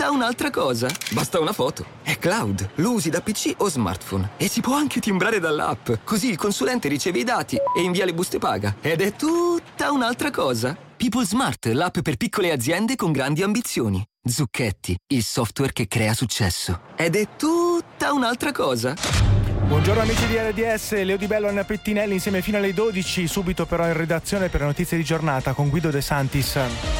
tutta un'altra cosa. Basta una foto. È cloud, lo usi da PC o smartphone e si può anche timbrare dall'app. Così il consulente riceve i dati e invia le buste paga. Ed è tutta un'altra cosa. People Smart, l'app per piccole aziende con grandi ambizioni. Zucchetti, il software che crea successo. Ed è tutta un'altra cosa. Buongiorno amici di RDS, Leo Di Bello e Anna Pettinelli insieme fino alle 12, subito però in redazione per le notizie di giornata con Guido De Santis.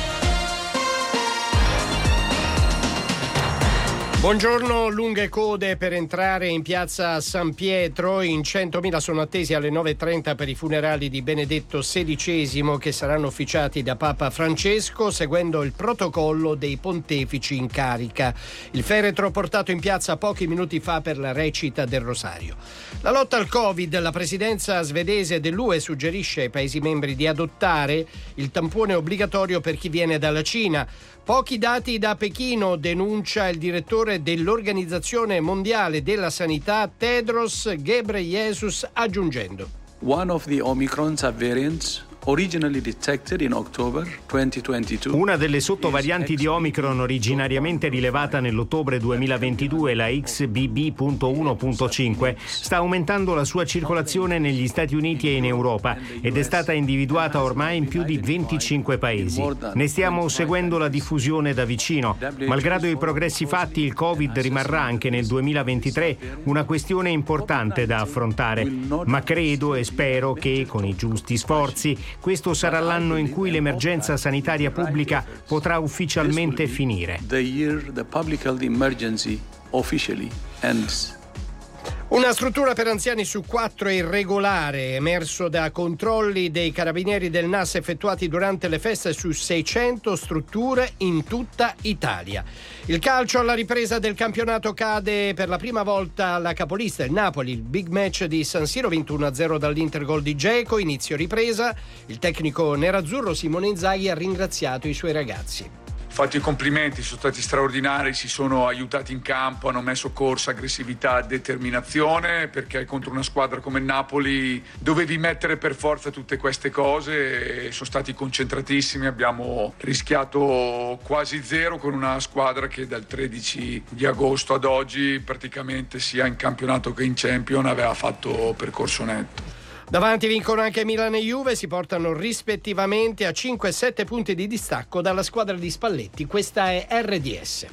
Buongiorno, lunghe code per entrare in piazza San Pietro, in 100.000 sono attesi alle 9.30 per i funerali di Benedetto XVI che saranno officiati da Papa Francesco seguendo il protocollo dei pontefici in carica. Il feretro portato in piazza pochi minuti fa per la recita del Rosario. La lotta al Covid, la presidenza svedese dell'UE suggerisce ai Paesi membri di adottare il tampone obbligatorio per chi viene dalla Cina. Pochi dati da Pechino, denuncia il direttore dell'Organizzazione Mondiale della Sanità Tedros Ghebreyesus, aggiungendo: One of the Omicron subvariants originally detected in October 2022. Una delle sottovarianti di Omicron originariamente rilevata nell'ottobre 2022, la XBB.1.5, sta aumentando la sua circolazione negli Stati Uniti e in Europa ed è stata individuata ormai in più di 25 paesi. Ne stiamo seguendo la diffusione da vicino. Malgrado i progressi fatti, il Covid rimarrà anche nel 2023 una questione importante da affrontare, ma credo e spero che con i giusti sforzi questo sarà l'anno in cui l'emergenza sanitaria pubblica potrà ufficialmente finire. The year the public health emergency officially ends. Una struttura per anziani su 4 è irregolare, emerso da controlli dei carabinieri del NAS effettuati durante le feste su 600 strutture in tutta Italia. Il calcio alla ripresa del campionato cade per la prima volta la capolista, il Napoli. Il big match di San Siro vinto 1-0 dall'Inter, gol di Dzeko, inizio ripresa. Il tecnico nerazzurro Simone Inzaghi ha ringraziato i suoi ragazzi. Fatto i complimenti, sono stati straordinari, si sono aiutati in campo, hanno messo corsa, aggressività, determinazione, perché contro una squadra come il Napoli dovevi mettere per forza tutte queste cose e sono stati concentratissimi, abbiamo rischiato quasi zero con una squadra che dal 13 di agosto ad oggi praticamente sia in campionato che in Champions aveva fatto percorso netto. Davanti vincono anche Milan e Juve, si portano rispettivamente a 5 e 7 punti di distacco dalla squadra di Spalletti. Questa è RDS.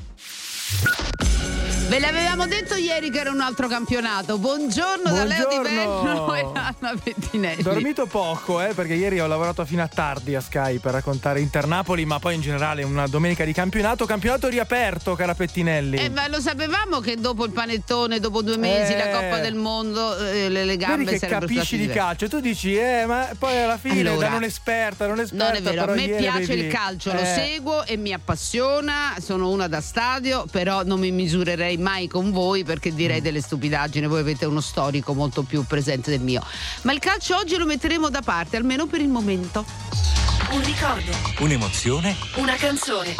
Ve l'avevamo detto ieri che era un altro campionato. Buongiorno da Leo Di Bello e Anna Pettinelli. Dormito poco, perché ieri ho lavorato fino a tardi a Sky per raccontare Inter-Napoli, ma poi in generale una domenica di campionato riaperto, cara Pettinelli. Ma lo sapevamo che dopo il panettone, dopo 2 mesi, la Coppa del Mondo, le gambe vedi che sarebbero capisci di calcio. Tu dici, ma poi alla fine allora, da non esperta. Non è vero, a me piace il calcio, lo seguo e mi appassiona, sono una da stadio, però non mi misurerei mai con voi perché direi delle stupidaggini, voi avete uno storico molto più presente del mio, ma il calcio oggi lo metteremo da parte, almeno per il momento. Un ricordo, un'emozione, una canzone.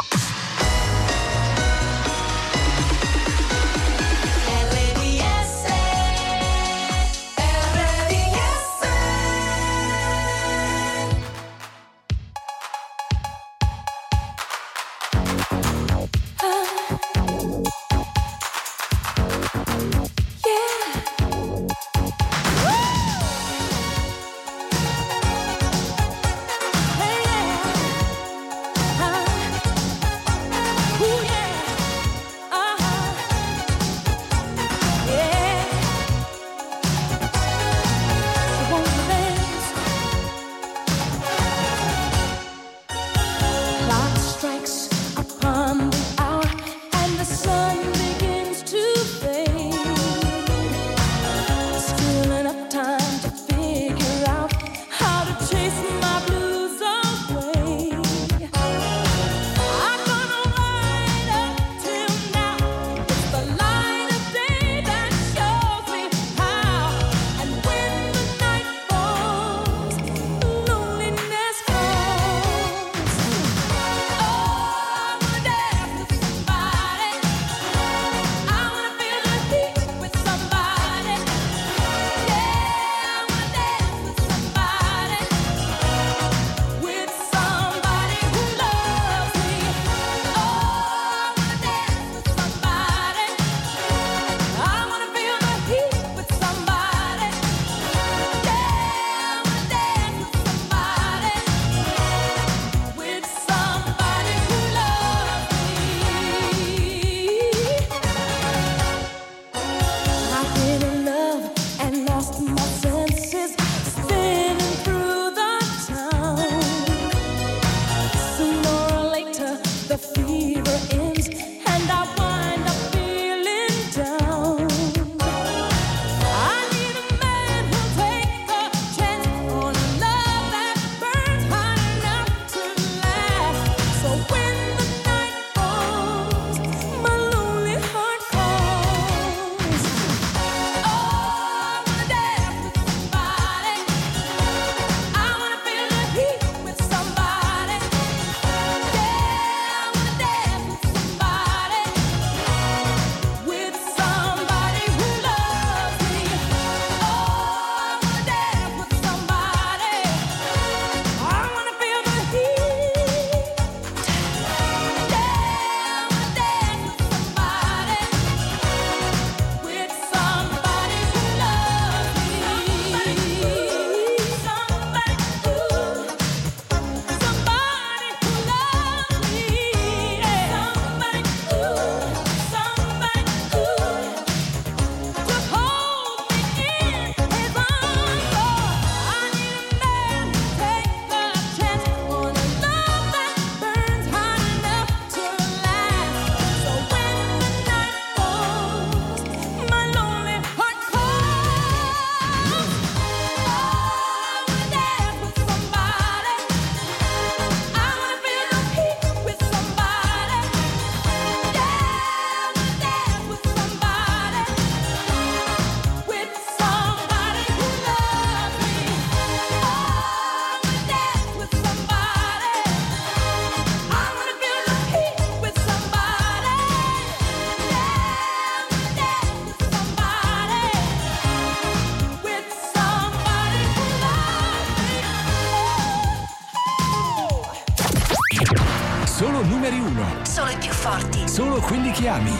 forti. Solo quelli che ami.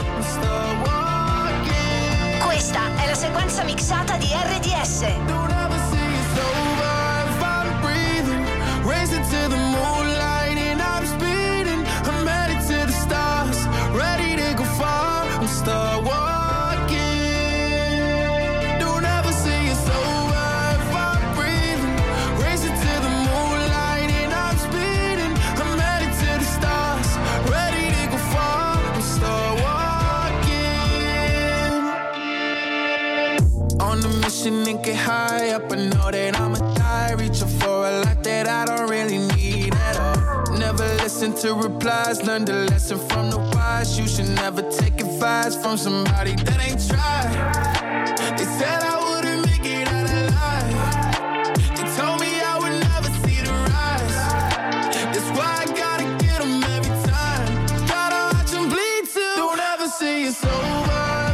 Questa è la sequenza mixata di RDS. And get high up, I know that I'ma die. Reaching for a lot that I don't really need at all. Never listen to replies, learn the lesson from the wise. You should never take advice from somebody that ain't tried. They said I wouldn't make it out alive. They told me I would never see the rise. That's why I gotta get them every time. Gotta watch them bleed too. Don't ever say it's over.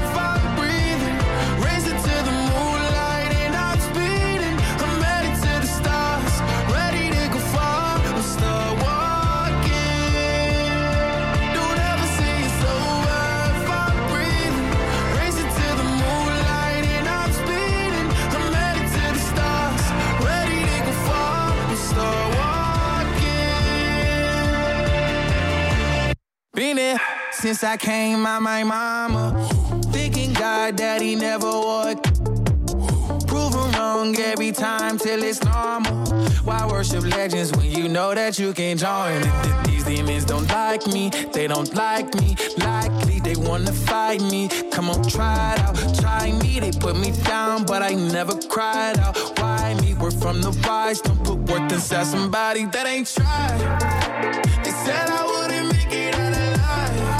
Since I came out my mama, thinking God that he never would. Proven wrong every time till it's normal. Why worship legends when you know that you can join? These demons don't like me, they don't like me. Likely they wanna fight me. Come on, try it out, try me. They put me down, but I never cried out. Why me? We're from the wise. Don't put worth inside somebody that ain't tried. They said I wouldn't make it out alive.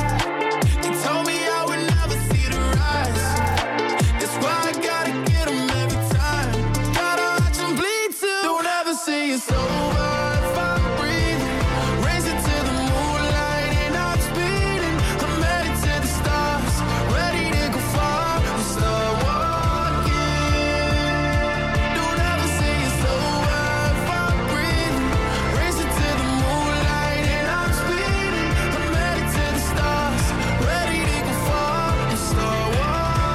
It's over if I'm breathing. Raise it to the moonlight and I'm speeding. I'm headed to the stars, ready to go far. We'll start walking. Don't ever say it's over if I'm breathing. Raise it to the moonlight and I'm speeding. I'm headed to the stars, ready to go far. We'll start walking.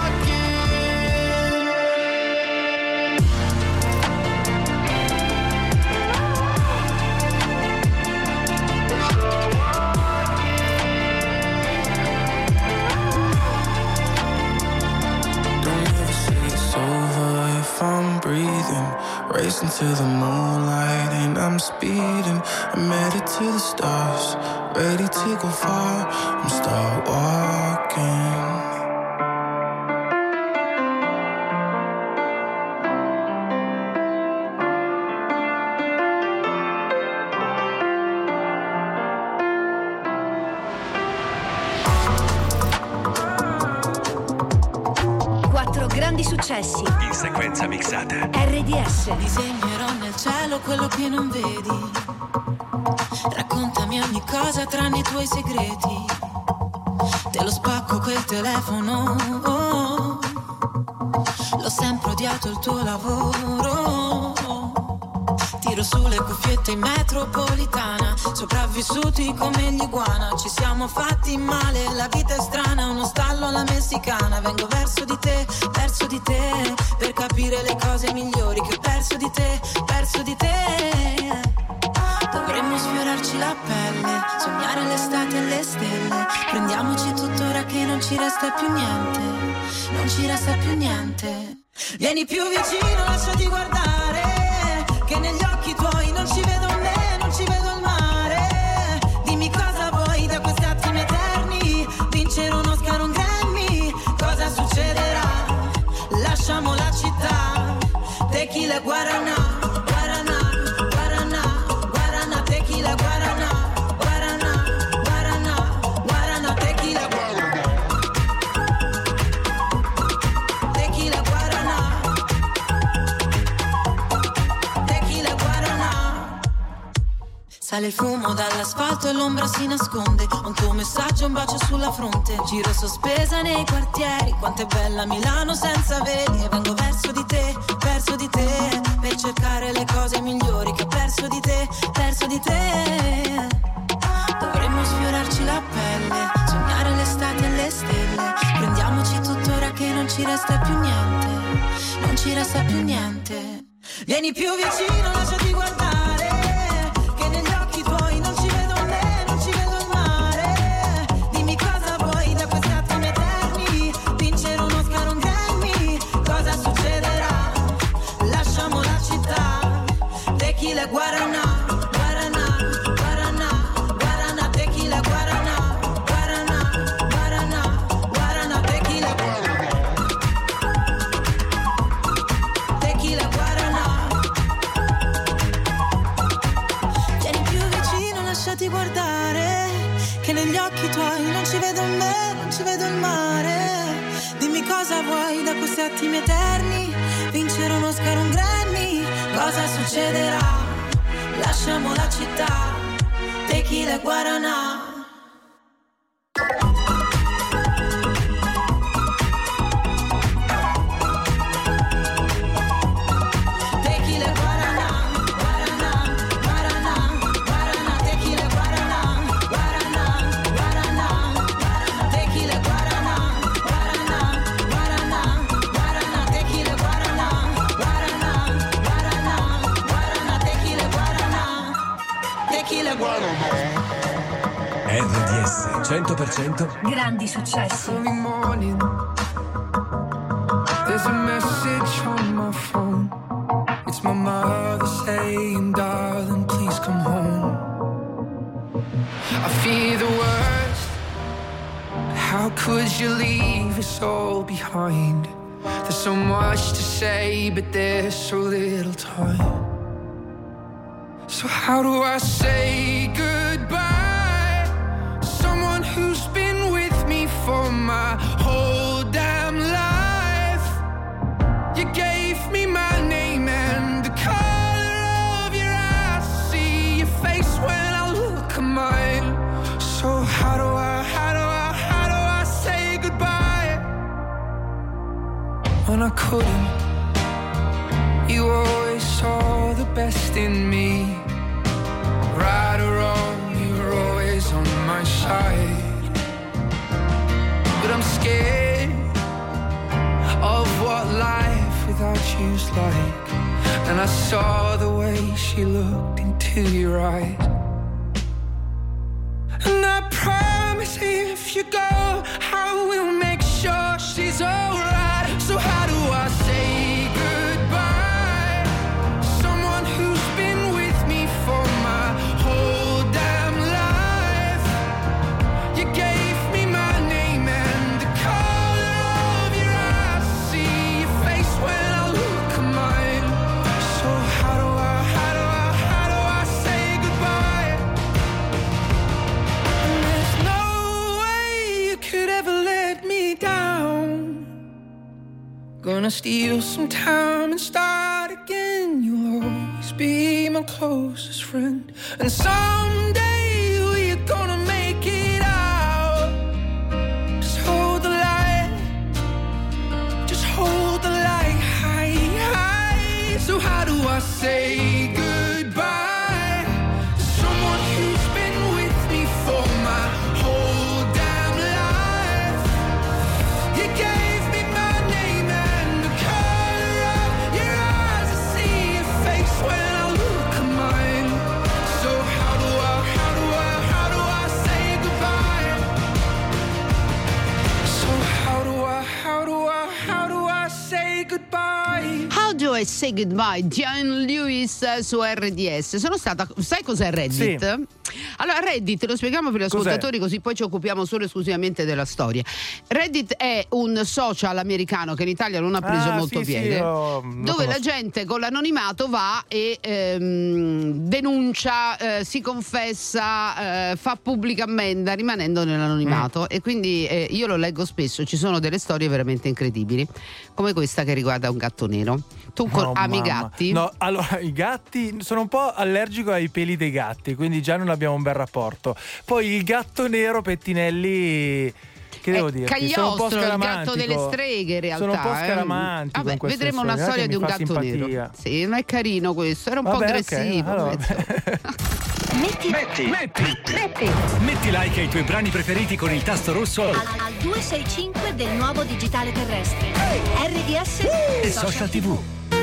If I'm breathing, racing to the moonlight and I'm speeding. I'm headed to the stars, ready to go far. I'm start walking. Grandi successi in sequenza mixata. RDS. Disegnerò nel cielo quello che non vedi. Raccontami ogni cosa tranne i tuoi segreti. Te lo spacco quel telefono. L'ho sempre odiato il tuo lavoro. Tiro sulle cuffiette in metropolitana. Sopravvissuti come gli iguana. Ci siamo fatti male, la vita è strana. Uno stallo alla messicana. Vengo verso di te, per capire le cose migliori che ho perso di te. Dovremmo sfiorarci la pelle, sognare l'estate e le stelle. Prendiamoci tutto ora che non ci resta più niente. Vieni più vicino, lasciati guardare, che negli occhi tuoi non ci vedo me, non ci vedo il mare. Dimmi cosa vuoi da questi attimi eterni, vincere un Oscar, un Grammy, cosa succederà? Lasciamo la città, tequila guaraná, guaraná, guaraná, guaraná, tequila guaraná, guaraná, guaraná, guaraná, tequila guaraná, tequila guaraná, tequila guaraná. Sale il fumo dall'asfalto e l'ombra si nasconde. Un tuo messaggio, un bacio sulla fronte. Giro sospesa nei quartieri. Quanto è bella Milano senza veli. E vengo verso di te, per cercare le cose migliori che ho perso di te. Dovremmo sfiorarci la pelle, ci resta più niente, non ci resta più niente. Vieni più vicino, lasciati guardare, che negli occhi tuoi non ci vedo me, non ci vedo il mare. Dimmi cosa vuoi da questi attimi eterni, vincere un Oscar, un Grammy, cosa succederà? Lasciamo la città, tequila guaraná. Guardare, che negli occhi tuoi non ci vedo me, non ci vedo il mare. Dimmi cosa vuoi da questi attimi eterni, vincere un Oscar, un Grammy, cosa succederà? Lasciamo la città, tequila guaraná. RDS 100% grandi successi. There's a message on my phone. It's my mother saying, darling, please come home. I fear the worst. How could you leave us all behind? There's so much to say, but there's so little time. So how do I say goodbye? Someone who's been with me for my whole damn life. You gave me my name and the color of your eyes. See your face when I look at mine. So how do I say goodbye? When I couldn't, you always saw the best in me. Right or wrong, you were always on my side. But I'm scared of what life without you's like. And I saw the way she looked into your eyes. And I promise if you go, I will make sure she's alright. So how do I say goodbye? Someone who's been with me for my whole damn life. You gave me my name and the color of your eyes. See your face when I look at mine. So how do I say goodbye? And there's no way you could ever let me down. Gonna steal some time and start again. You'll always be my closest friend. And someday we're gonna make it out. Just hold the light. Just hold the light high, high. So how do I say goodbye to someone who's been with me for my whole damn life? You gave me my name and the color of your eyes. I see your face when I look at mine. So how do I say goodbye? So how do I say goodbye? How do I say goodbye? John Lewis su RDS. Sono stata. Sai cos'è Reddit? Sì. Allora, Reddit lo spieghiamo per gli ascoltatori, così poi ci occupiamo solo e esclusivamente della storia. Reddit è un social americano che in Italia non ha preso molto piede, dove la gente con l'anonimato va e denuncia, si confessa, fa pubblica ammenda rimanendo nell'anonimato. E quindi io lo leggo spesso, ci sono delle storie veramente incredibili, come questa che riguarda un gatto nero. Tu ami i gatti? No, allora i gatti, sono un po' allergico ai peli dei gatti, quindi già non abbiamo un bel rapporto. Poi il gatto nero, Pettinelli, che devo dire? Cagliostro, il gatto delle streghe in realtà. Sono un po' scaramantico. Vabbè, vedremo una storia di un gatto nero. Sì, non è carino questo, era un po' aggressivo. Okay, allora. Metti like ai tuoi brani preferiti con il tasto rosso al 265 del nuovo digitale terrestre. RDS e Social TV.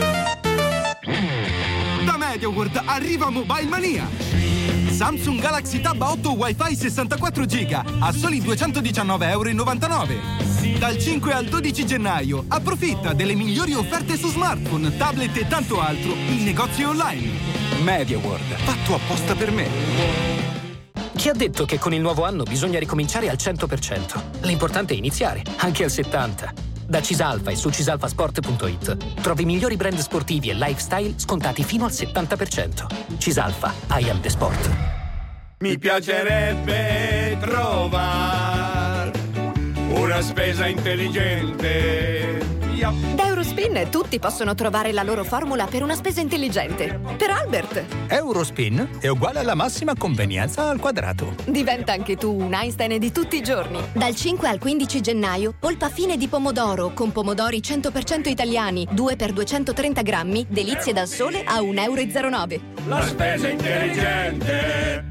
Da MediaWorld arriva Mobile Mania. Samsung Galaxy Tab 8 Wi-Fi 64 GB a soli €219,99. Dal 5 al 12 gennaio approfitta delle migliori offerte su smartphone, tablet e tanto altro in negozi online. MediaWorld, fatto apposta per me. Chi ha detto che con il nuovo anno bisogna ricominciare al 100%? L'importante è iniziare, anche al 70%. Da Cisalfa e su cisalfasport.it trovi i migliori brand sportivi e lifestyle scontati fino al 70%. Cisalfa, I am the sport. Mi piacerebbe trovare una spesa intelligente. Da Eurospin tutti possono trovare la loro formula per una spesa intelligente. Per Albert. Eurospin è uguale alla massima convenienza al quadrato. Diventa anche tu un Einstein di tutti i giorni. Dal 5 al 15 gennaio, polpa fine di pomodoro con pomodori 100% italiani, 2 per 230 grammi, delizie dal sole a €1,09. La spesa intelligente.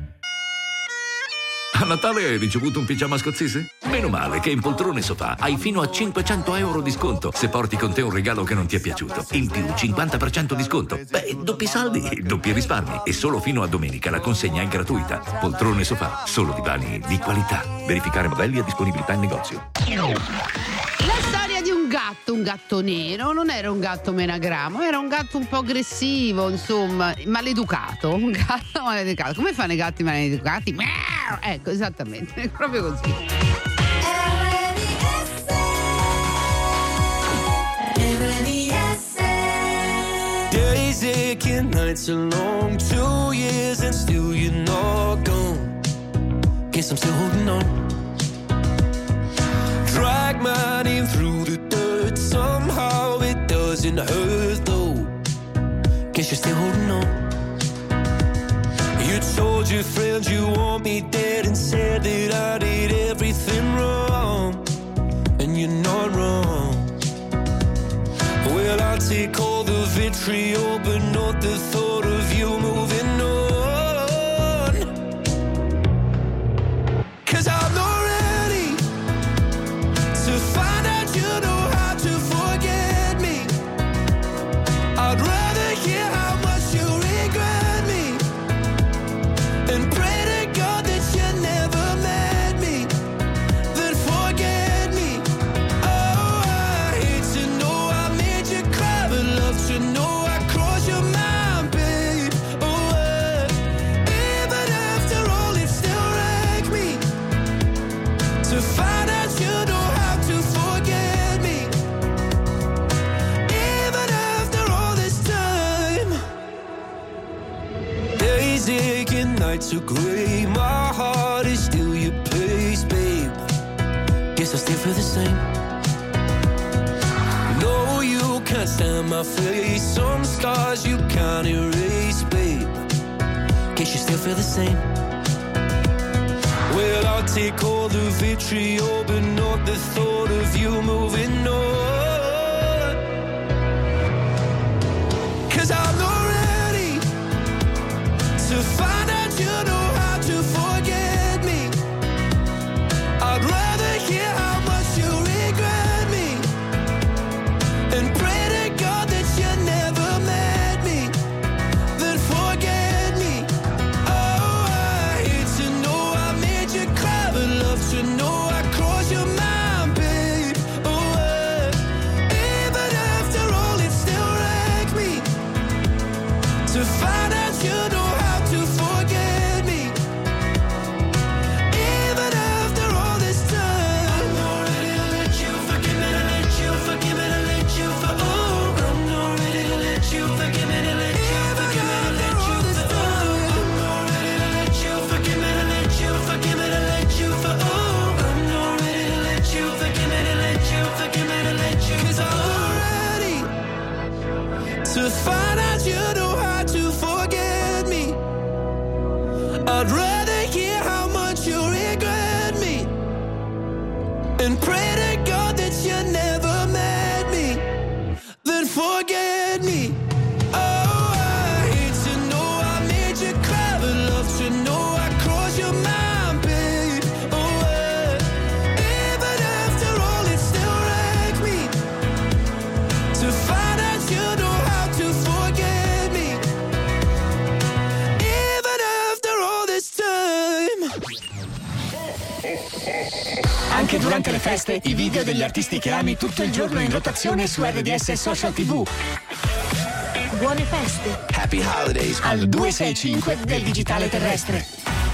A Natale hai ricevuto un pigiama scozzese? Meno male che in Poltrone Sofà hai fino a €500 di sconto se porti con te un regalo che non ti è piaciuto. In più 50% di sconto. Beh, doppi saldi, doppi risparmi. E solo fino a domenica la consegna è gratuita. Poltrone Sofà, solo divani di qualità. Verificare modelli e disponibilità in negozio. La storia di un gatto nero, non era un gatto menagramo, era un gatto un po' aggressivo, insomma, maleducato, un gatto maleducato. Come fanno i gatti maleducati? Ecco, esattamente, proprio così. Days aching, nights are long, 2 years and still you're not gone. Guess I'm still holding on. Drag my name through the dirt, somehow it doesn't hurt though. Guess you're still holding on. You told your friends you want me dead and said that I did everything wrong, and you're not wrong. Well, I'll take all the vitriol, but not the thought of you moving on. 'Cause I'm not ready to find out you know how to forget me. I'd rather hear how much you regret me and pray to God that you never met me, then forget me. Oh, I hate to know I made you cry, but love to know I crossed your mind, babe. Oh, even after all it still wrecked me to find out you know how to forget me, even after all this time. Days aching, nights are grey, my heart is still your place, babe. Guess I still feel the same. No, you can't stand my face, some scars you can't erase, babe. Guess you still feel the same. Well, I'll take all the vitriol, but not the thought of you moving on. 'Cause I'm not ready to find out you know how to forget me. I'd rather hear how much you regret me and pray to God that you never met me, then forget me. Oh, I hate to know I made you cry, but love to know I crossed your mind, babe. Oh, even after all it still wrecked me to find out you know how to forget me, even after all this time. I'm not ready to let you forgive me, to let you forgive me, to let you for oh. I'm not ready to let you forgive me, to let you forgive me, to let you for oh. I'm not ready to let you forgive me, to let you forgive me, to let you for oh. I'm not ready to let you forgive me, to let you forgive me, to let you 'cause I'm not ready to find out you know how to forget me. I'd rather hear how much you regret me and pray to God that you never met me, then forget me. Oh, I hate to know I made you cry, but love to tutte le feste, i video degli artisti che ami tutto il giorno in rotazione su RDS e Social TV. Buone feste. Happy Holidays al 265 del digitale terrestre.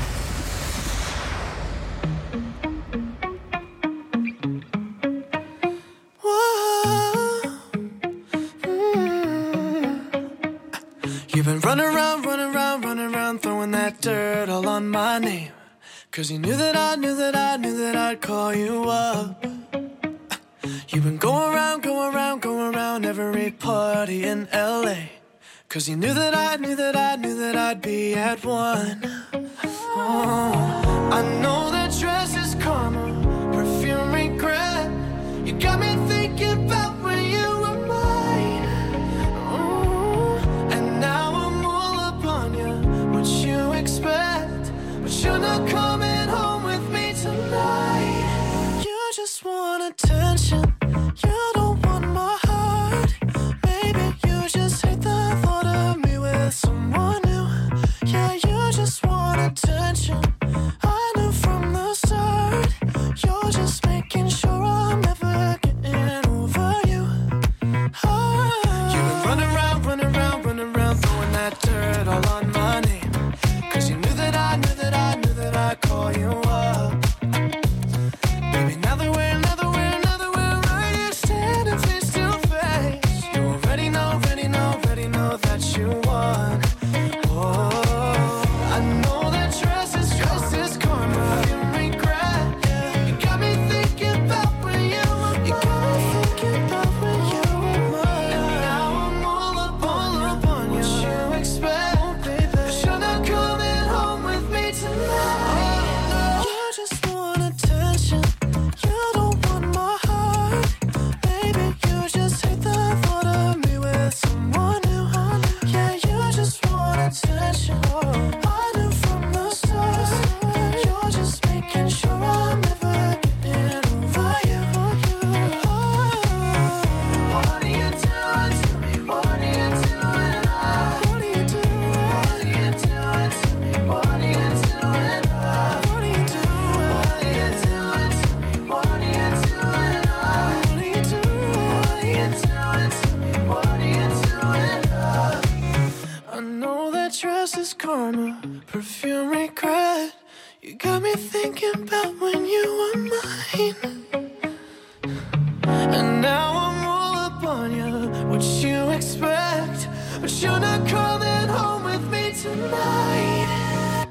You've been running around, throwing that dirt all on my name. 'Cause you knew that I'd call you up. You've been going around every party in LA. 'Cause you knew that I'd be at one. Oh, I know that dress is karma, perfume regret. You got me thinking about when you were mine. Oh, and now I'm all up on you. What you expect? But you're not coming home with me tonight. You just want attention. You don't want my heart. Maybe you just hate the thought of me with someone new. Yeah, you just want attention. I knew from the start. You're just making sure I'm never getting over you. Oh. You've been running around, throwing that dirt all on my name. 'Cause you knew that I'd call you up. Baby, now that we're right here standing face to face, you already know that you won. Oh, I know that dress is karma, you regret. You got me thinking about when you were mine. And now I'm all up on you. What you expect, baby? 'Cause you're not coming home with me tonight. You just want attention. You don't want my heart. Baby, you just hate the thought of me with someone new. Yeah, you just want attention. I knew from the start. You're just making sure I'm never getting over you. What are you doing to me? What are you doing? What are you doing? What are you doing to me? What are you doing? What are you doing? What are you doing to me? What are you doing? What are you doing? What are you doing to me? What are you doing? I know that dress is karma, perfume regret. You got me thinking about when you were mine. And now I'm all up on you. What you expect? But you're not coming home with me tonight.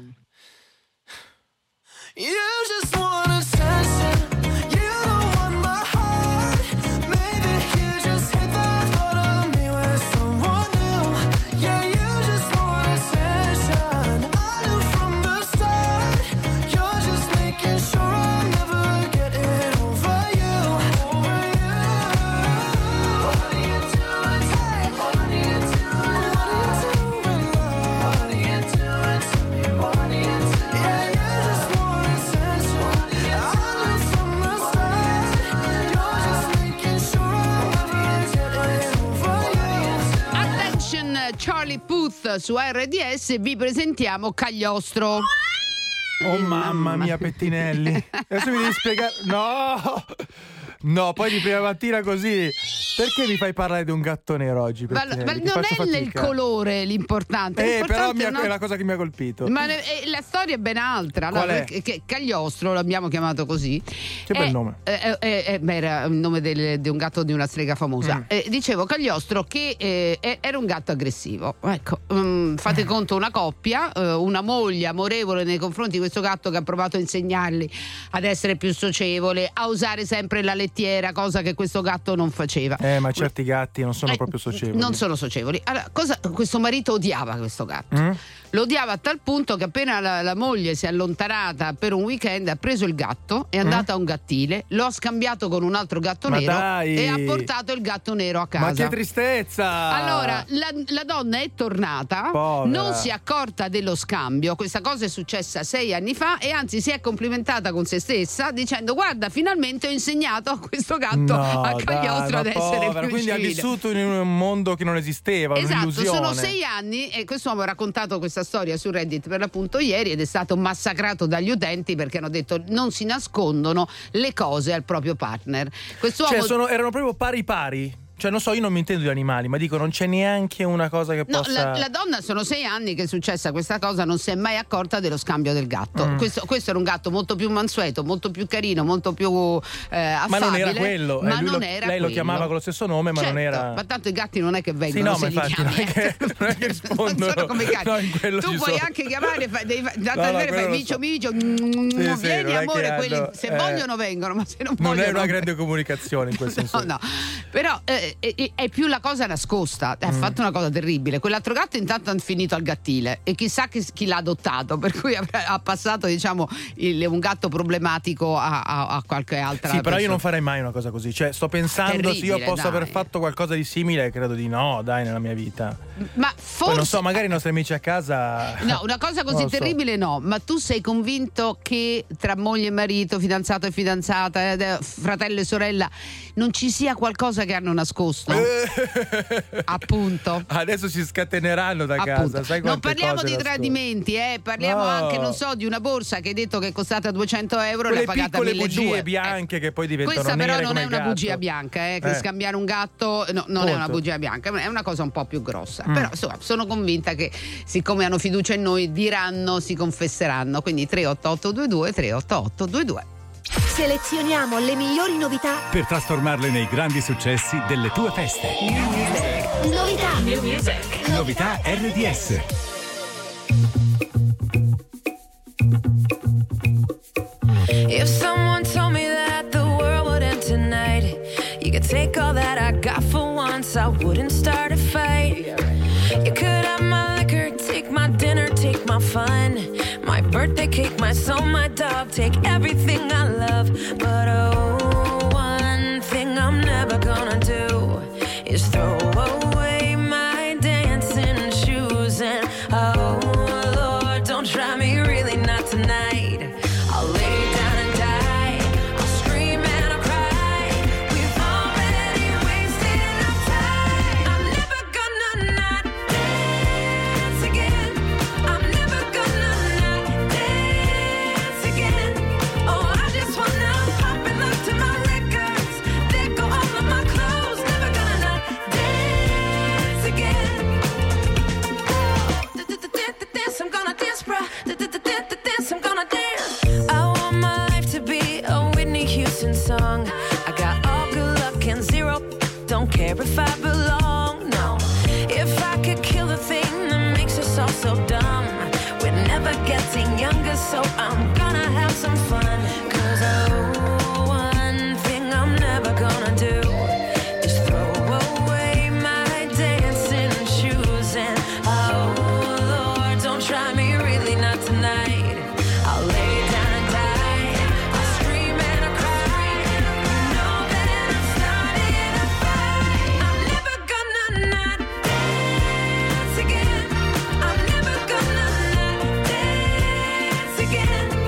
You just want attention. You don't want my heart. Maybe you just hate the thought of me with someone new. Yeah, you just want attention. I knew from the start. You're just making sure I'm never getting over you. Over you. What are you doing? Hey, what are you doing? What are you doing? What are you doing to me? What are you doing? Yeah, you just want attention. I knew from the start. You're just making sure I'm never getting over you. Attention, Charlie Puth su RDS, vi presentiamo Cagliostro. Oh mamma mia, Pettinelli. Adesso mi devi spiegare. No, poi di prima mattina così. Perché mi fai parlare di un gatto nero oggi? Ma non è il colore l'importante. Però è la cosa che mi ha colpito. Ma la storia è ben altra. Allora, che Cagliostro l'abbiamo chiamato così. Che bel nome. Era il nome di un gatto di una strega famosa. Dicevo Cagliostro che era un gatto aggressivo. Ecco, fate conto, una coppia, una moglie amorevole nei confronti di questo gatto che ha provato a insegnargli ad essere più socievole, a usare sempre la lettiera, cosa che questo gatto non faceva. Ma certi gatti non sono proprio socievoli. Non sono socievoli. Allora, questo marito odiava questo gatto. Lo odiava a tal punto che appena la moglie si è allontanata per un weekend, ha preso il gatto, è andata a un gattile, lo ha scambiato con un altro gatto nero e ha portato il gatto nero a casa. Ma che tristezza! Allora, la donna è tornata, non si è accorta dello scambio. Questa cosa è successa 6 anni fa e anzi si è complimentata con se stessa dicendo: guarda, finalmente ho insegnato questo gatto a Cagliostro ad essere più quindi civile. ha vissuto in un mondo che non esisteva, esatto, un'illusione. sono 6 anni e quest'uomo ha raccontato questa storia su Reddit per l'appunto ieri ed è stato massacrato dagli utenti perché hanno detto non si nascondono le cose al proprio partner. Quest'uomo erano proprio pari. Cioè, non so, io non mi intendo di animali, ma dico, non c'è neanche una cosa che possa... La donna, sono 6 anni che è successa questa cosa, non si è mai accorta dello scambio del gatto. Questo era un gatto molto più mansueto, molto più carino, molto più affabile. Ma non era quello. Lei lo chiamava con lo stesso nome, ma non era... Ma tanto i gatti non è che vengono, sì, no, ma infatti, non è che rispondono. Non sono come i gatti. No, tu puoi anche chiamare, fai micio, vieni amore, quelli se vogliono vengono, ma se non vogliono... Non è una grande comunicazione in quel senso. No. Però è più la cosa nascosta. Ha fatto una cosa terribile. Quell'altro gatto intanto ha finito al gattile e chissà chi l'ha adottato, per cui ha passato, diciamo, un gatto problematico a qualche altra però persona. Io non farei mai una cosa così. Cioè, sto pensando se io posso aver fatto qualcosa di simile, credo di no, nella mia vita. Ma forse, poi non so, magari i nostri amici a casa. No, una cosa così terribile no. Ma tu sei convinto che tra moglie e marito, fidanzato e fidanzata, fratello e sorella, non ci sia qualcosa che hanno nascosto? Appunto. Adesso si scateneranno da casa. Sai non parliamo di nascono. Tradimenti, parliamo anche, non so, di una borsa che hai detto che è costata 200 euro, quelle l'hai pagata 1.200. bugie bianche che poi diventano questa nere. Però non come è una gatto. bugia bianca, che scambiare un gatto non è una bugia bianca, è una cosa un po' più grossa. Però insomma, sono convinta che siccome hanno fiducia in noi diranno, si confesseranno. Quindi 38822 38822. Selezioniamo le migliori novità per trasformarle nei grandi successi delle tue feste. Novità. New music. Novità RDS. If someone told me that the world would end tonight, you could take all that I got for once, I wouldn't start a fight. You could have my liquor, take my dinner, take my fun, my birthday cake, my soul, my dog, take everything I love. But oh, one thing I'm never gonna do is throw away my dancing shoes. And oh Lord, don't try me, really not tonight. I'll lay down and die, I'll scream and I'll cry. We've already wasted enough time. I'm never gonna not dance again. I'm never gonna not dance again. Oh, I just wanna pop and look to my records. There go all of my clothes. Never gonna not dance again. Dance, I'm gonna dance, bruh. Dance, I'm gonna dance. I want my life to be a Whitney Houston song. I got all good luck and zero. Don't care if I belong, no. If I could kill the thing that makes us all so dumb, we're never getting younger, so I'm gonna have some fun. 'Cause oh, one thing I'm never gonna do is throw away my dancing shoes. And oh Lord, don't try me, really not tonight. I'll lay down and die, I'll scream and I'll cry. You know that I'm starting a fight. I'm never gonna not dance again. I'm never gonna not dance again.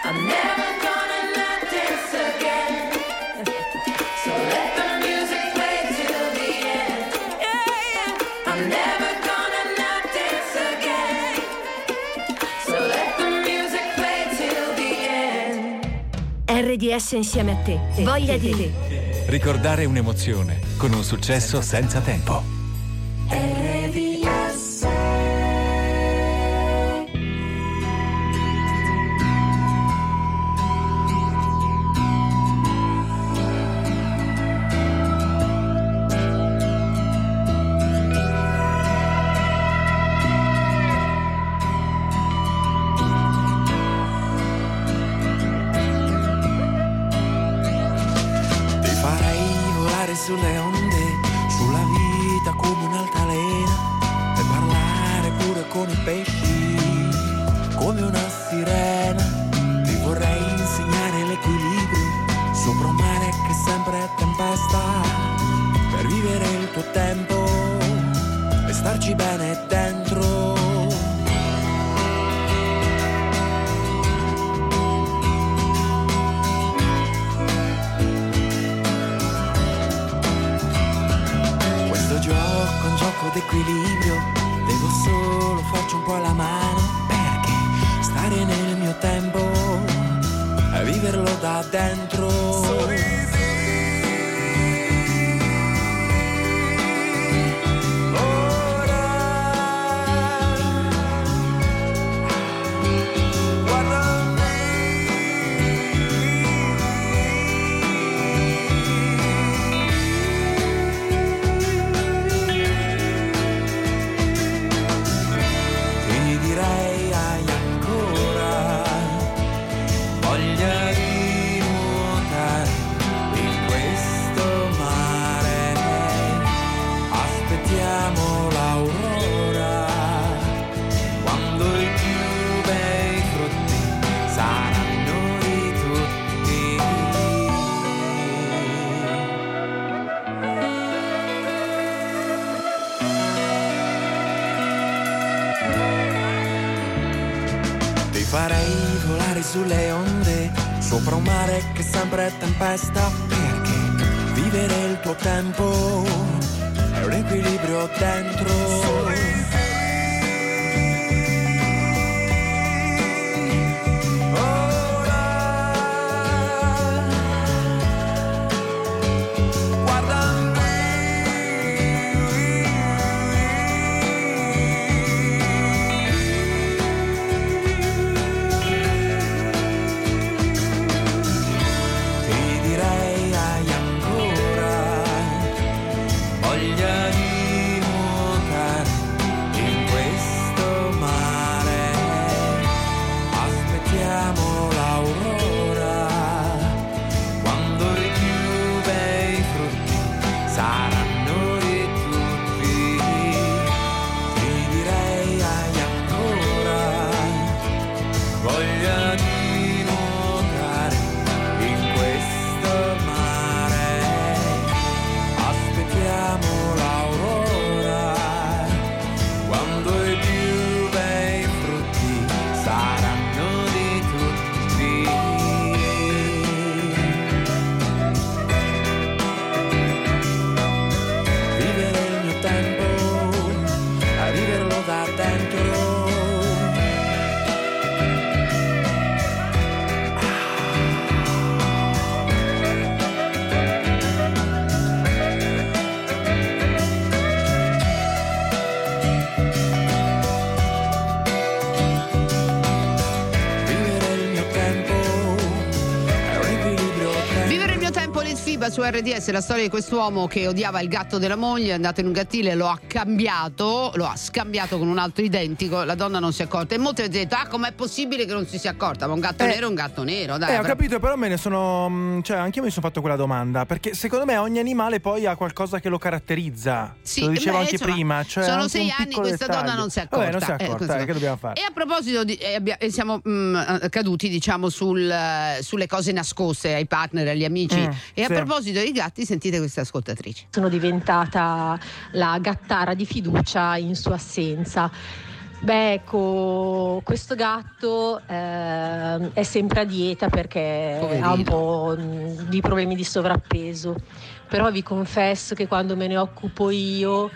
I'm never gonna not dance again. So let the music play till the end. I'm never gonna not dance again. So let the music play till the end. RDS insieme a te. Voglia di te. Ricordare un'emozione con un successo senza tempo. RDS. Sulle onde, sulla vita come un'altalena, e parlare pure con i pesci come una sirena. Ti vorrei insegnare l'equilibrio sopra un mare che sempre è tempesta, per vivere il tuo tempo e starci bene dentro. Un gioco d'equilibrio, devo solo farci un po' la mano, perché stare nel mio tempo e viverlo da dentro. Sorrisi. Farei volare sulle onde, sopra un mare che sempre è tempesta, perché vivere il tuo tempo è un equilibrio dentro. Su RDS la storia di quest'uomo che odiava il gatto della moglie, è andato in un gattile, lo ha scambiato con un altro identico, la donna non si è accorta e molti hanno detto com'è possibile che non si sia accorta, ma un gatto nero è un gatto nero, dai. Ho capito, però me ne sono, cioè anche io mi sono fatto quella domanda, perché secondo me ogni animale poi ha qualcosa che lo caratterizza. Sì, lo dicevo anche insomma, prima, cioè sono 6 anni questa dettaglio. donna non si è accorta. Vabbè, non si è accorta, che dobbiamo fare? E a proposito siamo caduti diciamo sulle cose nascoste ai partner, agli amici, e a proposito dei gatti sentite questa ascoltatrice. Sono diventata la gattara di fiducia in sua assenza. Beh, ecco, questo gatto è sempre a dieta perché Poverino. ha un po' di problemi di sovrappeso, però vi confesso che quando me ne occupo io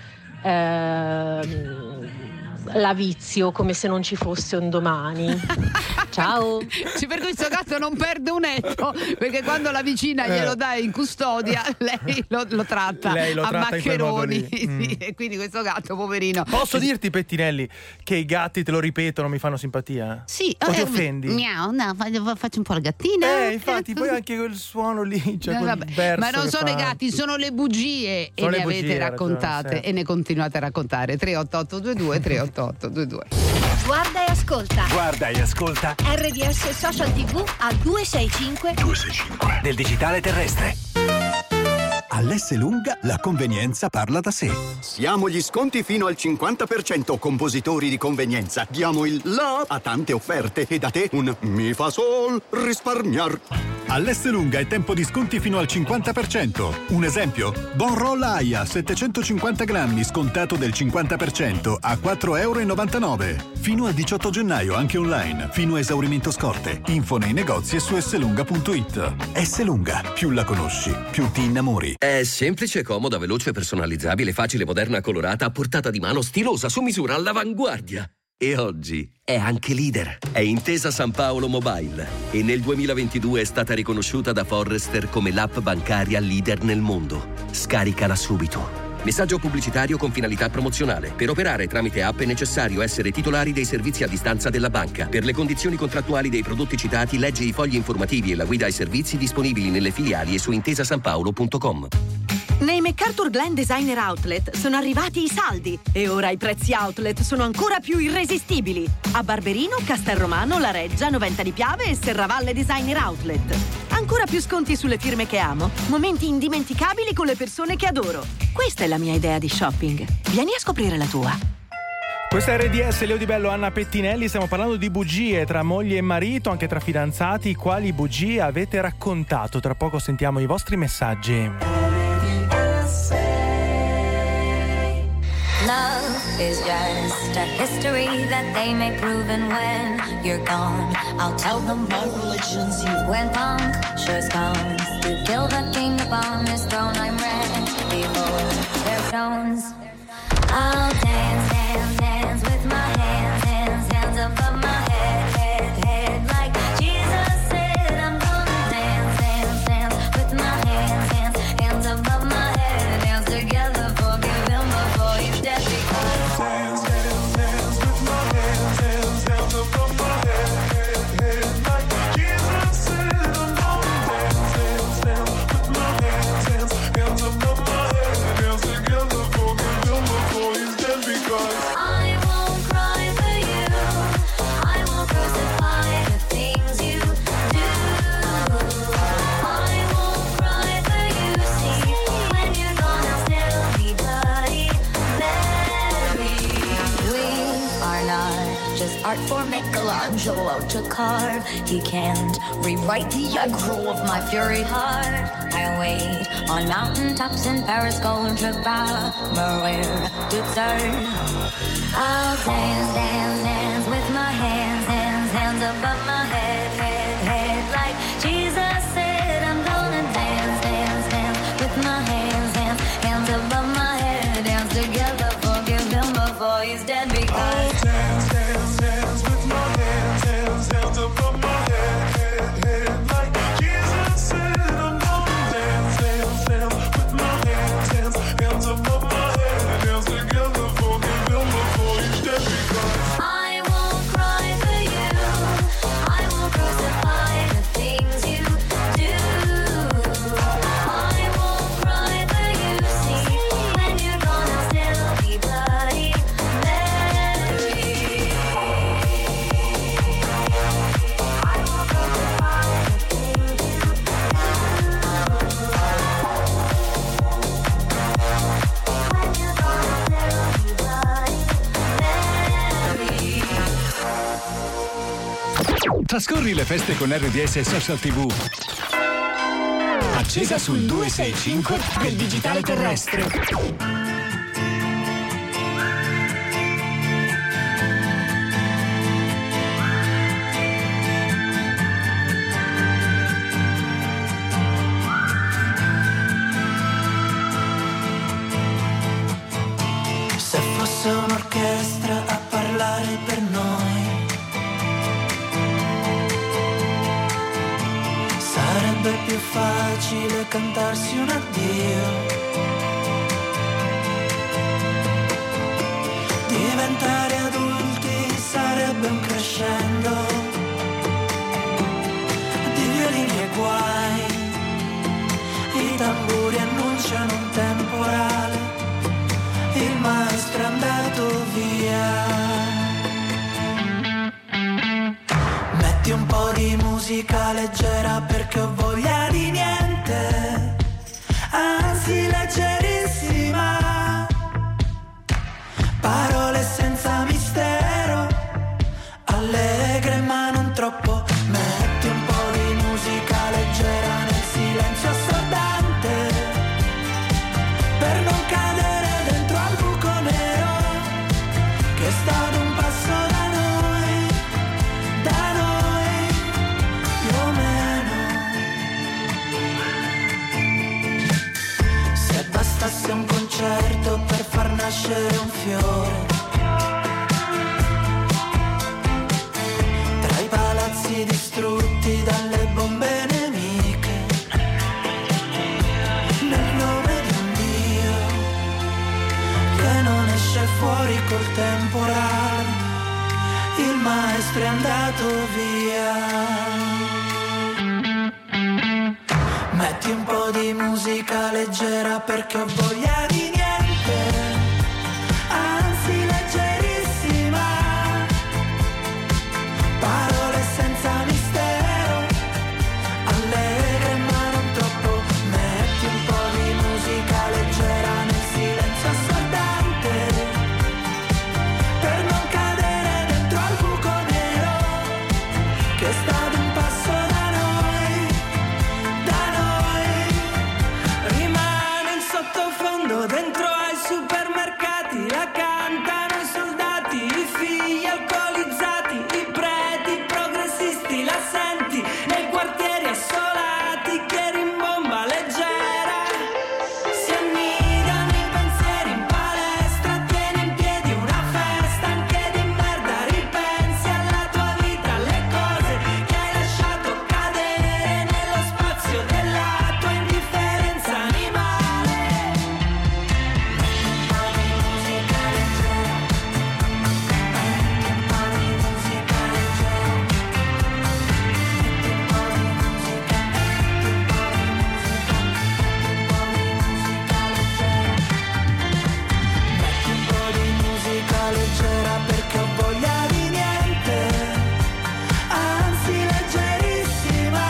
la vizio come se non ci fosse un domani. Ciao. Per questo gatto non perde un etto, perché quando la vicina glielo dà in custodia lei lo tratta a maccheroni. Sì, e quindi questo gatto poverino. Posso dirti, Pettinelli, che i gatti, te lo ripetono, mi fanno simpatia? Sì. O ti offendi? Miau, no, faccio un po' la gattina. Infatti poi anche quel suono lì, cioè quel Vabbè, verso ma non che sono i fa. gatti, sono le bugie. Sono e le ne bugie, avete hai raccontate ragione, sì. e ne continuate a raccontare. 38822 38822. Guarda e ascolta. Guarda e ascolta RDS Social TV a 265 del digitale terrestre. All'Esselunga la convenienza parla da sé. Siamo gli sconti fino al 50%, compositori di convenienza. Diamo il la a tante offerte e da te un mi fa sol risparmiar. All'Esselunga è tempo di sconti fino al 50%. Un esempio? Bon Roll Aia 750 grammi scontato del 50% a €4,99. Fino al 18 gennaio anche online, fino a esaurimento scorte. Info nei negozi e su esselunga.it. Esselunga, più la conosci, più ti innamori. È semplice, comoda, veloce, personalizzabile, facile, moderna, colorata, a portata di mano, stilosa, su misura, all'avanguardia. E oggi è anche leader. È Intesa Sanpaolo Mobile e nel 2022 è stata riconosciuta da Forrester come l'app bancaria leader nel mondo. Scaricala subito. Messaggio pubblicitario con finalità promozionale. Per operare tramite app è necessario essere titolari dei servizi a distanza della banca. Per le condizioni contrattuali dei prodotti citati, leggi i fogli informativi e la guida ai servizi disponibili nelle filiali e su intesasanpaolo.com. Nei MacArthur Glen Designer Outlet sono arrivati i saldi e ora i prezzi outlet sono ancora più irresistibili. A Barberino, Castelromano, La Reggia, Noventa di Piave e Serravalle Designer Outlet. Ancora più sconti sulle firme che amo, momenti indimenticabili con le persone che adoro. Questa è la mia idea di shopping. Vieni a scoprire la tua. Questa è RDS, Leo Di Bello, Anna Pettinelli. Stiamo parlando di bugie tra moglie e marito, anche tra fidanzati. Quali bugie avete raccontato? Tra poco sentiamo i vostri messaggi. Love is just a history that they may prove, and when you're gone, I'll tell them my religion's you. When punctures comes to kill the king upon his throne, I'm ready for their stones. I'll dance, dance, dance with my hands, hands, hands above my head, head, head, like Jesus said. I'm gonna dance, dance, dance with my hands, hands, hands above my head, dance together, forgive him before he's dead. Because dance, dance, dance with my hands, hands, hands above my head, head, head, like Jesus said. I'm gonna dance, dance, dance with my hands, hands, hands above my head, dance together, forgive him before he's dead. Because I won't cry for you, I won't crucify the things you do. I won't cry for you, see, when you're gone I'll still be bloody Mary. We are not just art for Michelangelo to carve. He can't rewrite the aggro of my fury heart. I wait on mountaintops in Paris, going to Maria to turn. I'll dance, dance, dance with my hands, hands, hands above my head, head, head, like Jesus said. I'm gonna dance, dance, dance with my hands, hands, hands above my head, dance together, forgive him before he's dead. Because I'll dance, dance, dance with my hands, hands, hands above my head, head, head, like Jesus said. I'm gonna dance, dance, dance with my hands, hands, hands above my head, dance together, forgive him before he's dead. Because I won't cry for you, I won't crucify the things you do. I won't cry for you, see, when you're gone I'll still be bloody Mary. I won't crucify the things you do. When you're gone I'll still be bloody Mary. Trascorri le feste con RDS Social TV. Accesa sul 265 del digitale terrestre. quando è più facile cantarsi un addio. Diventare adulti sarebbe un crescendo di violini e guai. I tamburi annunciano un temporale, il maestro è andato via. Metti un po' di musica leggera perché ho voglia di niente, anzi leggerissima. Parole senza mistero, allegre ma non troppo. Metti un po' di musica leggera nel silenzio assordante, per non cadere dentro al buco nero che sta ad un passo da noi, più o meno. Se bastasse un concerto per far nascere un fiore, tra i palazzi distrutti dalle bombe nemiche, nel nome di un Dio che non esce fuori col temporale, il maestro è andato via. Metti un po' di musica leggera perché ho voglia di niente, anzi leggerissima. Parole senza mistero, allegre ma non troppo. Metti un po' di musica leggera nel silenzio assordante, per non cadere dentro al buco nero che sta ad un passo da noi, rimane in sottofondo dentro ai supermercati, la cantano i soldati, i figli alcolizzati, i preti progressisti, la senti nei quartieri assolati che rimbomba leggera, si annidano i pensieri in palestra, tieni in piedi una festa anche di merda, ripensi alla tua vita, alle cose che hai lasciato cadere nello spazio della tua indifferenza animale. Metti un po' di musica leggera perché ho voglia di niente, anzi leggerissima.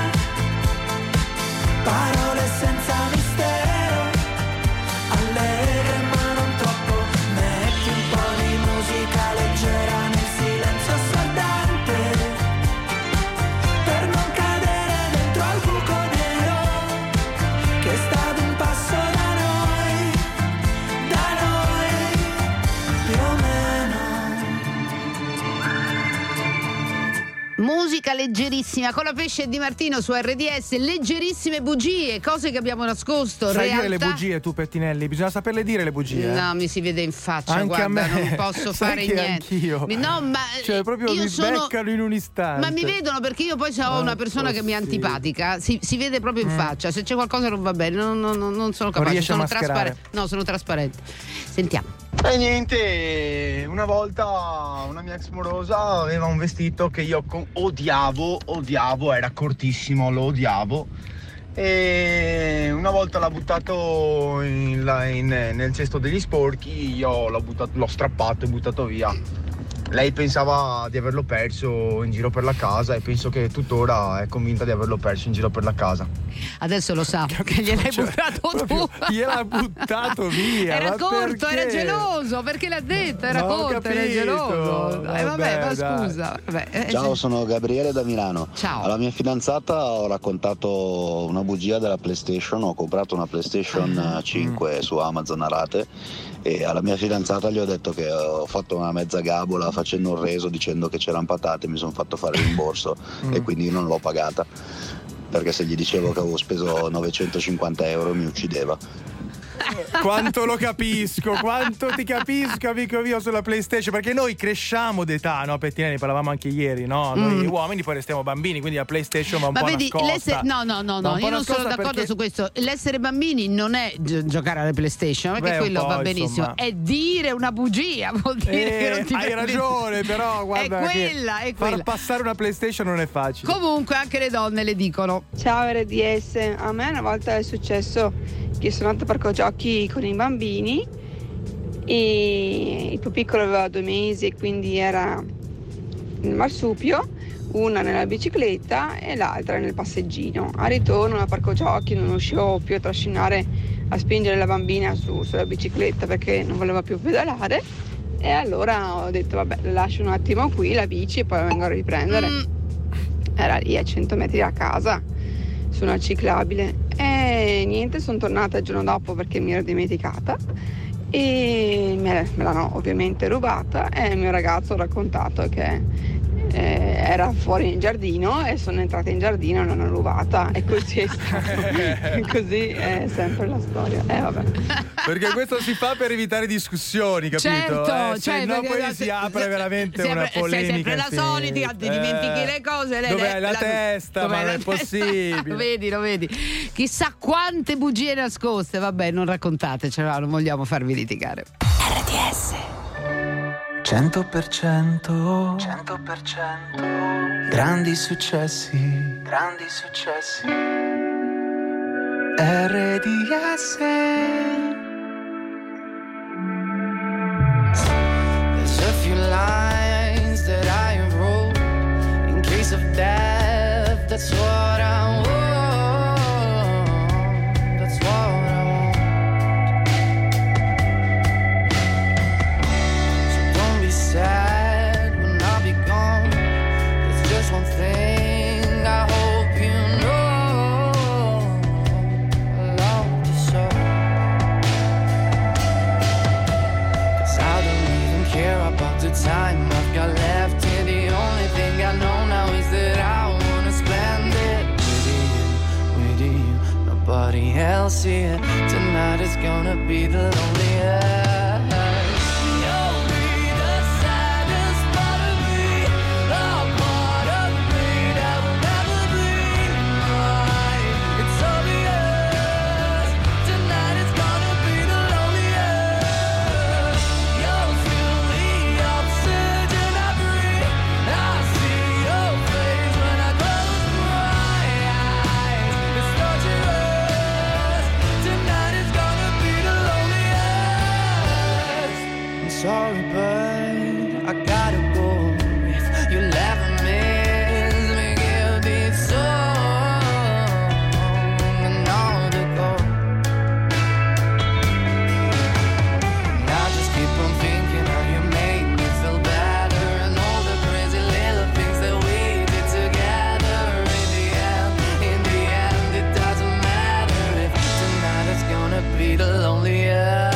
Parole senza mistero, allegre ma non troppo. Metti un po' di musica leggera nel silenzio assordante, per non cadere dentro al buco nero che sta ad un passo da noi, più o meno. Musica leggerissima con la Pesce e Di Martino su RDS. Leggerissime bugie, cose che abbiamo nascosto. Sai realtà. dire le bugie tu, Pettinelli? Bisogna saperle dire le bugie. No, mi si vede in faccia. Anche guarda, a me. non posso Sai fare che niente. anch'io. No, ma cioè proprio io mi beccano in un istante. Ma mi vedono perché io poi se ho una persona che mi è antipatica, si vede proprio in faccia. Se c'è qualcosa che non va bene, non sono capace. riesci a Sono mascherare. No, sono trasparente. Sentiamo. E niente, una volta una mia ex morosa aveva un vestito che io odiavo, era cortissimo, lo odiavo. E una volta l'ha buttato nel cesto degli sporchi, io l'ho strappato e buttato via. Lei pensava di averlo perso in giro per la casa e penso che tuttora è convinta di averlo perso in giro per la casa. Adesso lo sa che gliel'hai buttato tu. Gliel'ha buttato via. Era ma corto, perché? era geloso, perché l'ha detto, era corto, era geloso. Vabbè, ma scusa. Ciao, sono Gabriele da Milano. Ciao. Alla mia fidanzata ho raccontato una bugia della PlayStation, ho comprato una PlayStation 5 su Amazon a rate e alla mia fidanzata gli ho detto che ho fatto una mezza gabola facendo un reso dicendo che c'erano patate, mi sono fatto fare il rimborso e quindi non l'ho pagata, perché se gli dicevo che avevo speso 950 euro mi uccideva. Quanto lo capisco, quanto ti capisco, amico mio, sulla PlayStation, perché noi cresciamo d'età, no? Pettinelli, ne parlavamo anche ieri, no? Noi uomini poi restiamo bambini, quindi la PlayStation va un po' nascosta. No, io non sono d'accordo su questo. L'essere bambini non è giocare alle PlayStation, perché quello va benissimo. Insomma. È dire una bugia, vuol dire che non ti hai ragione, però guarda, è quella. Far passare una PlayStation non è facile. Comunque anche le donne le dicono. Ciao RDS, a me una volta è successo che sono andata al parco giochi con i bambini e il più piccolo aveva 2 mesi e quindi era nel marsupio, una nella bicicletta e l'altra nel passeggino. A ritorno al parco giochi non riuscivo più a spingere la bambina sulla bicicletta perché non voleva più pedalare, e allora ho detto vabbè, la lascio un attimo qui la bici e poi la vengo a riprendere. Era lì a 100 metri da casa su una ciclabile e niente, sono tornata il giorno dopo perché mi ero dimenticata e me l'hanno ovviamente rubata, e il mio ragazzo ha raccontato che era fuori in giardino e sono entrata in giardino e non l'ho rubata, e così è stato. Così è sempre la storia. Vabbè. Perché questo si fa per evitare discussioni, capito? Certo, se no poi si apre veramente una polemica. Sei sempre la solita, ti dimentichi le cose. Dov'è la testa? Ma non è possibile. Lo vedi. Chissà quante bugie nascoste. Vabbè, non raccontatecelo, non vogliamo farvi litigare. RDS 100% grandi successi RDS. There's a few lines that I wrote in case of death. That's what I want. That's what I want. So don't be sad when I'll be gone. There's just one thing I hope you know. I love you so. 'Cause I don't even care about the time I've got left here. The only thing I know now is that I wanna spend it with you, nobody else here. Tonight is gonna be the loneliest. Sorry, but I gotta go. If you never miss me, give this song an hour to go. And I just keep on thinking how you make me feel better, and all the crazy little things that we did together. In the end, it doesn't matter if tonight is gonna be the loneliest.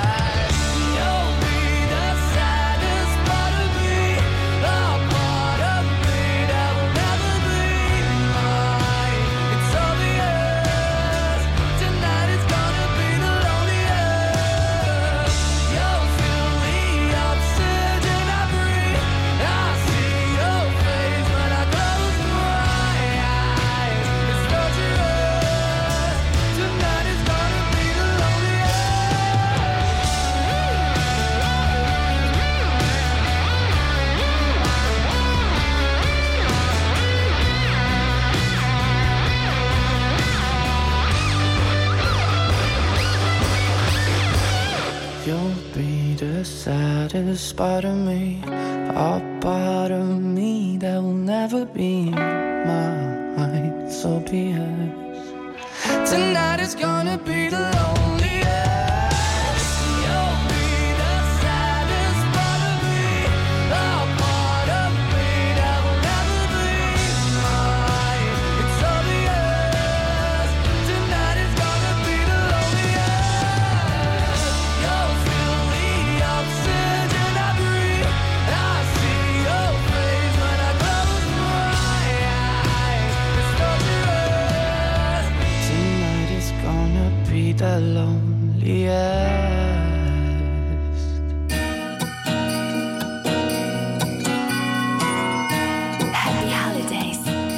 You'll be the saddest part of me, a part of me that will never be mine. So be it. Tonight is gonna be the loneliest. You'll be the saddest part of me, a part of me that will never be mine. It's obvious. Tonight is gonna be the loneliest. You'll feel the oxygen I breathe. I see your face when I close my eyes. It's dangerous. Tonight is gonna be the loneliest. Happy holidays.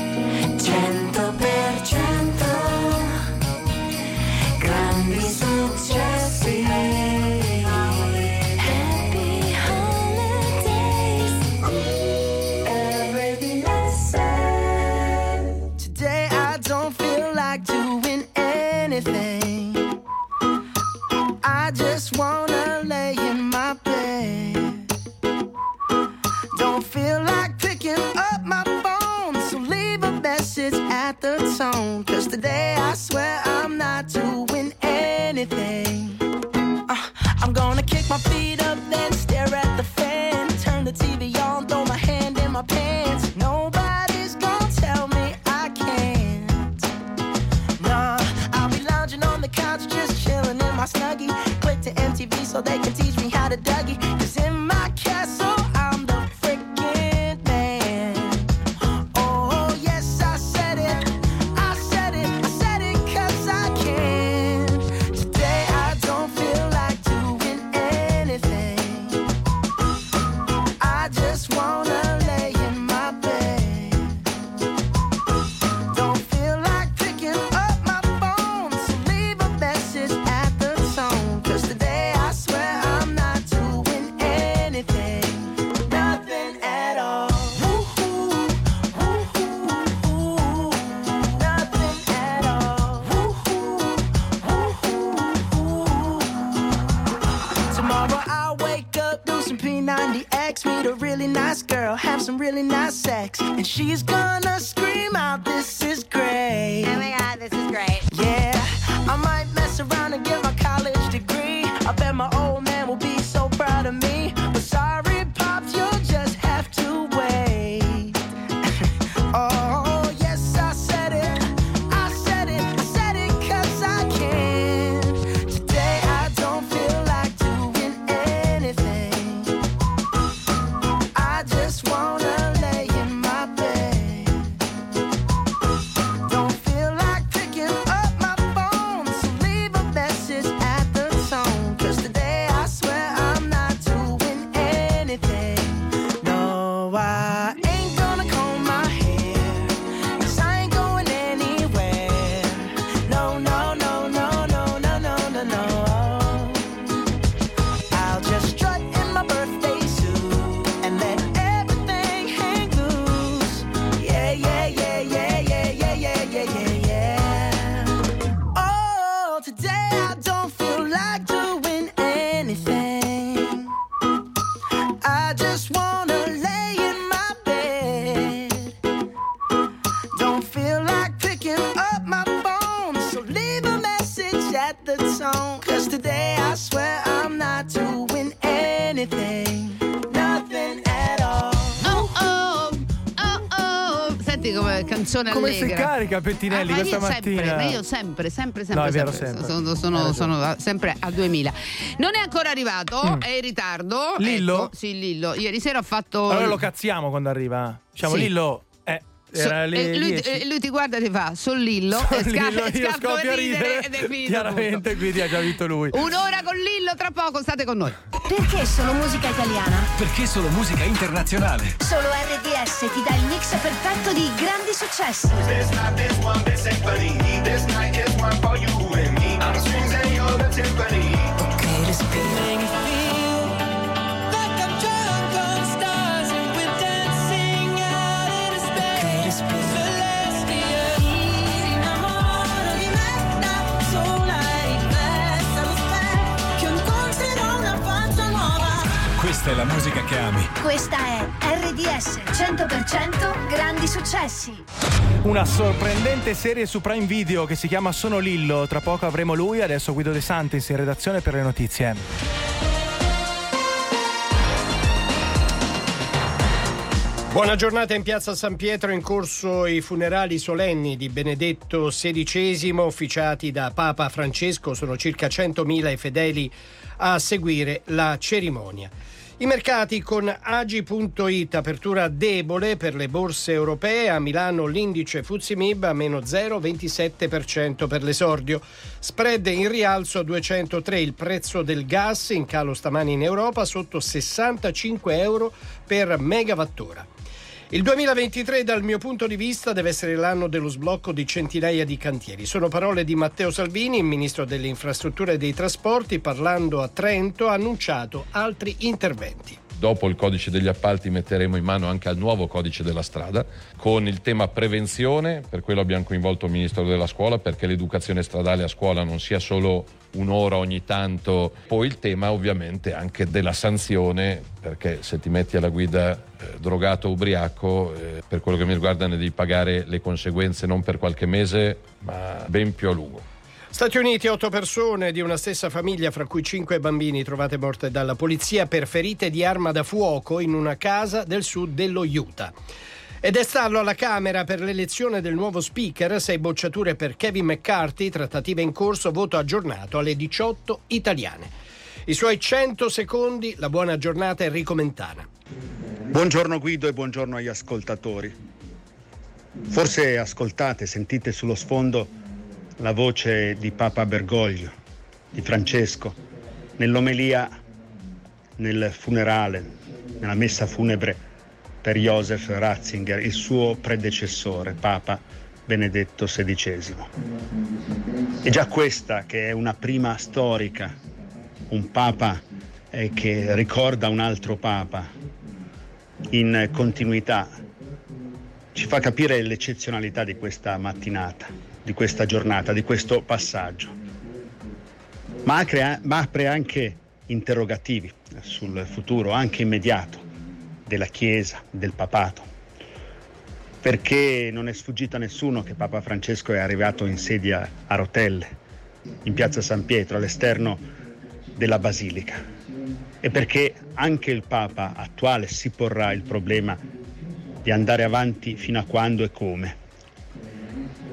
100% grandi successi. Happy holidays. RDS. Today I don't feel like doing anything. I just wanna lay in my bed. Don't feel like picking up my phone, so leave a message at the tone. 'Cause today I swear I'm not doing anything. I'm gonna kick my feet up, then stare at the fan. Turn the TV on, throw my hand in my pants. Nobody's gonna tell me I can't. Nah, I'll be lounging on the couch, just chilling in my Snuggie. Click to MTV so they can teach me how to Dougie. 'Cause in my castle, I'm the freaking man. Oh, yes, I said it. I said it. I said it 'cause I can. Today I don't feel like doing anything. I just wanna lay in my bed. Don't feel like picking up my phone, so leave a message at the tone. 'Cause today I swear I'm not doing anything. Nothing at all. Woo-hoo, woo-hoo, woo-hoo. Nothing at all. Woo-hoo, woo-hoo, woo. Tomorrow I'll wake up, do some P90X, meet a really nice girl, have some really nice sex, and she's gonna scream out, "This is great." Oh my God, this is great. Yeah, I might mess around and get my college degree. I bet my old man will be so proud of me. But sorry, Pops, you'll just have to wait. Oh, yes, I said it. I said it. I said it 'cause I can. Today I don't feel like doing anything. I just wanna lay in my bed. Don't feel like picking up my phone, so leave a message at the tone. 'Cause today I swear I'm not doing anything. No, I ain't gonna comb my hair, 'cause I ain't going anywhere. No, no, no, no, no, no, no, no, no. I'll just strut in my birthday suit and let everything hang loose. Yeah, yeah, yeah, yeah, yeah, yeah, yeah, yeah, yeah, yeah. Oh, today I don't feel like doing anything. I just wanna lay in my bed. Don't feel like picking up my phone, so leave a message at the tone. 'Cause today I swear I'm not doing anything. Nothing at all. Oh oh, oh oh. Senti come canzone Come si allegra. carica Pettinelli ma questa io mattina? Sempre, ma io sempre. No, è vero, sempre. Sono sempre a 2000. Non è ancora arrivato, è in ritardo. Lillo? Ecco, sì, Lillo. Ieri sera ho fatto. Allora lo cazziamo quando arriva. Diciamo Sì. Lillo. Era lì. Lui ti guarda e ti fa Son Lillo e Io scappo a scoppio a ridere ed è finito chiaramente tutto. quindi ha già vinto lui. Un'ora con Lillo, tra poco state con noi. Perché solo musica italiana? Perché solo musica internazionale? Solo RDS ti dà il mix perfetto di grandi successi. This night is one big symphony. This night is one for you and me. I'm strings and you're the timpani. Okay, respira. Like I'm drunk on stars and we're dancing out in space. Celestia. Mi innamoro di me da sola e resta lo specchio che incontrerò una faccia nuova. Questa è la musica che ami. Questa è RDS 100% grandi successi. Una sorprendente serie su Prime Video che si chiama Sono Lillo. Tra poco avremo lui, adesso Guido De Santis in redazione per le notizie. Buona giornata in piazza San Pietro, in corso i funerali solenni di Benedetto XVI officiati da Papa Francesco. Sono circa 100.000 i fedeli a seguire la cerimonia. I mercati con Agi.it, apertura debole per le borse europee. A Milano l'indice FTSE MIB a meno 0,27% per l'esordio. Spread in rialzo a 203, il prezzo del gas in calo stamani in Europa sotto 65 euro per megawattora. Il 2023 dal mio punto di vista deve essere l'anno dello sblocco di centinaia di cantieri. Sono parole di Matteo Salvini, il ministro delle infrastrutture e dei trasporti, parlando a Trento, ha annunciato altri interventi. Dopo il codice degli appalti metteremo in mano anche al nuovo codice della strada, con il tema prevenzione. Per quello abbiamo coinvolto il ministro della scuola, perché l'educazione stradale a scuola non sia solo un'ora ogni tanto. Poi il tema ovviamente anche della sanzione, perché se ti metti alla guida drogato o ubriaco, per quello che mi riguarda ne devi pagare le conseguenze non per qualche mese ma ben più a lungo. Stati Uniti, 8 persone di una stessa famiglia, fra cui 5 bambini, trovate morte dalla polizia per ferite di arma da fuoco in una casa del sud dello Utah. Ed è stallo alla Camera per l'elezione del nuovo speaker, 6 bocciature per Kevin McCarthy, trattative in corso, voto aggiornato alle 18 italiane. I suoi 100 secondi, la buona giornata Enrico Mentana. Buongiorno Guido e buongiorno agli ascoltatori. Forse ascoltate, sentite sullo sfondo la voce di Papa Bergoglio, di Francesco, nell'omelia, nel funerale, nella messa funebre per Joseph Ratzinger, il suo predecessore, Papa Benedetto XVI. E già questa, che è una prima storica, un Papa che ricorda un altro Papa in continuità, ci fa capire l'eccezionalità di questa mattinata, di questa giornata, di questo passaggio. Ma apre anche interrogativi sul futuro, anche immediato, della Chiesa, del papato. Perché non è sfuggito a nessuno che Papa Francesco è arrivato in sedia a rotelle, in piazza San Pietro, all'esterno della Basilica. E perché anche il Papa attuale si porrà il problema di andare avanti fino a quando e come.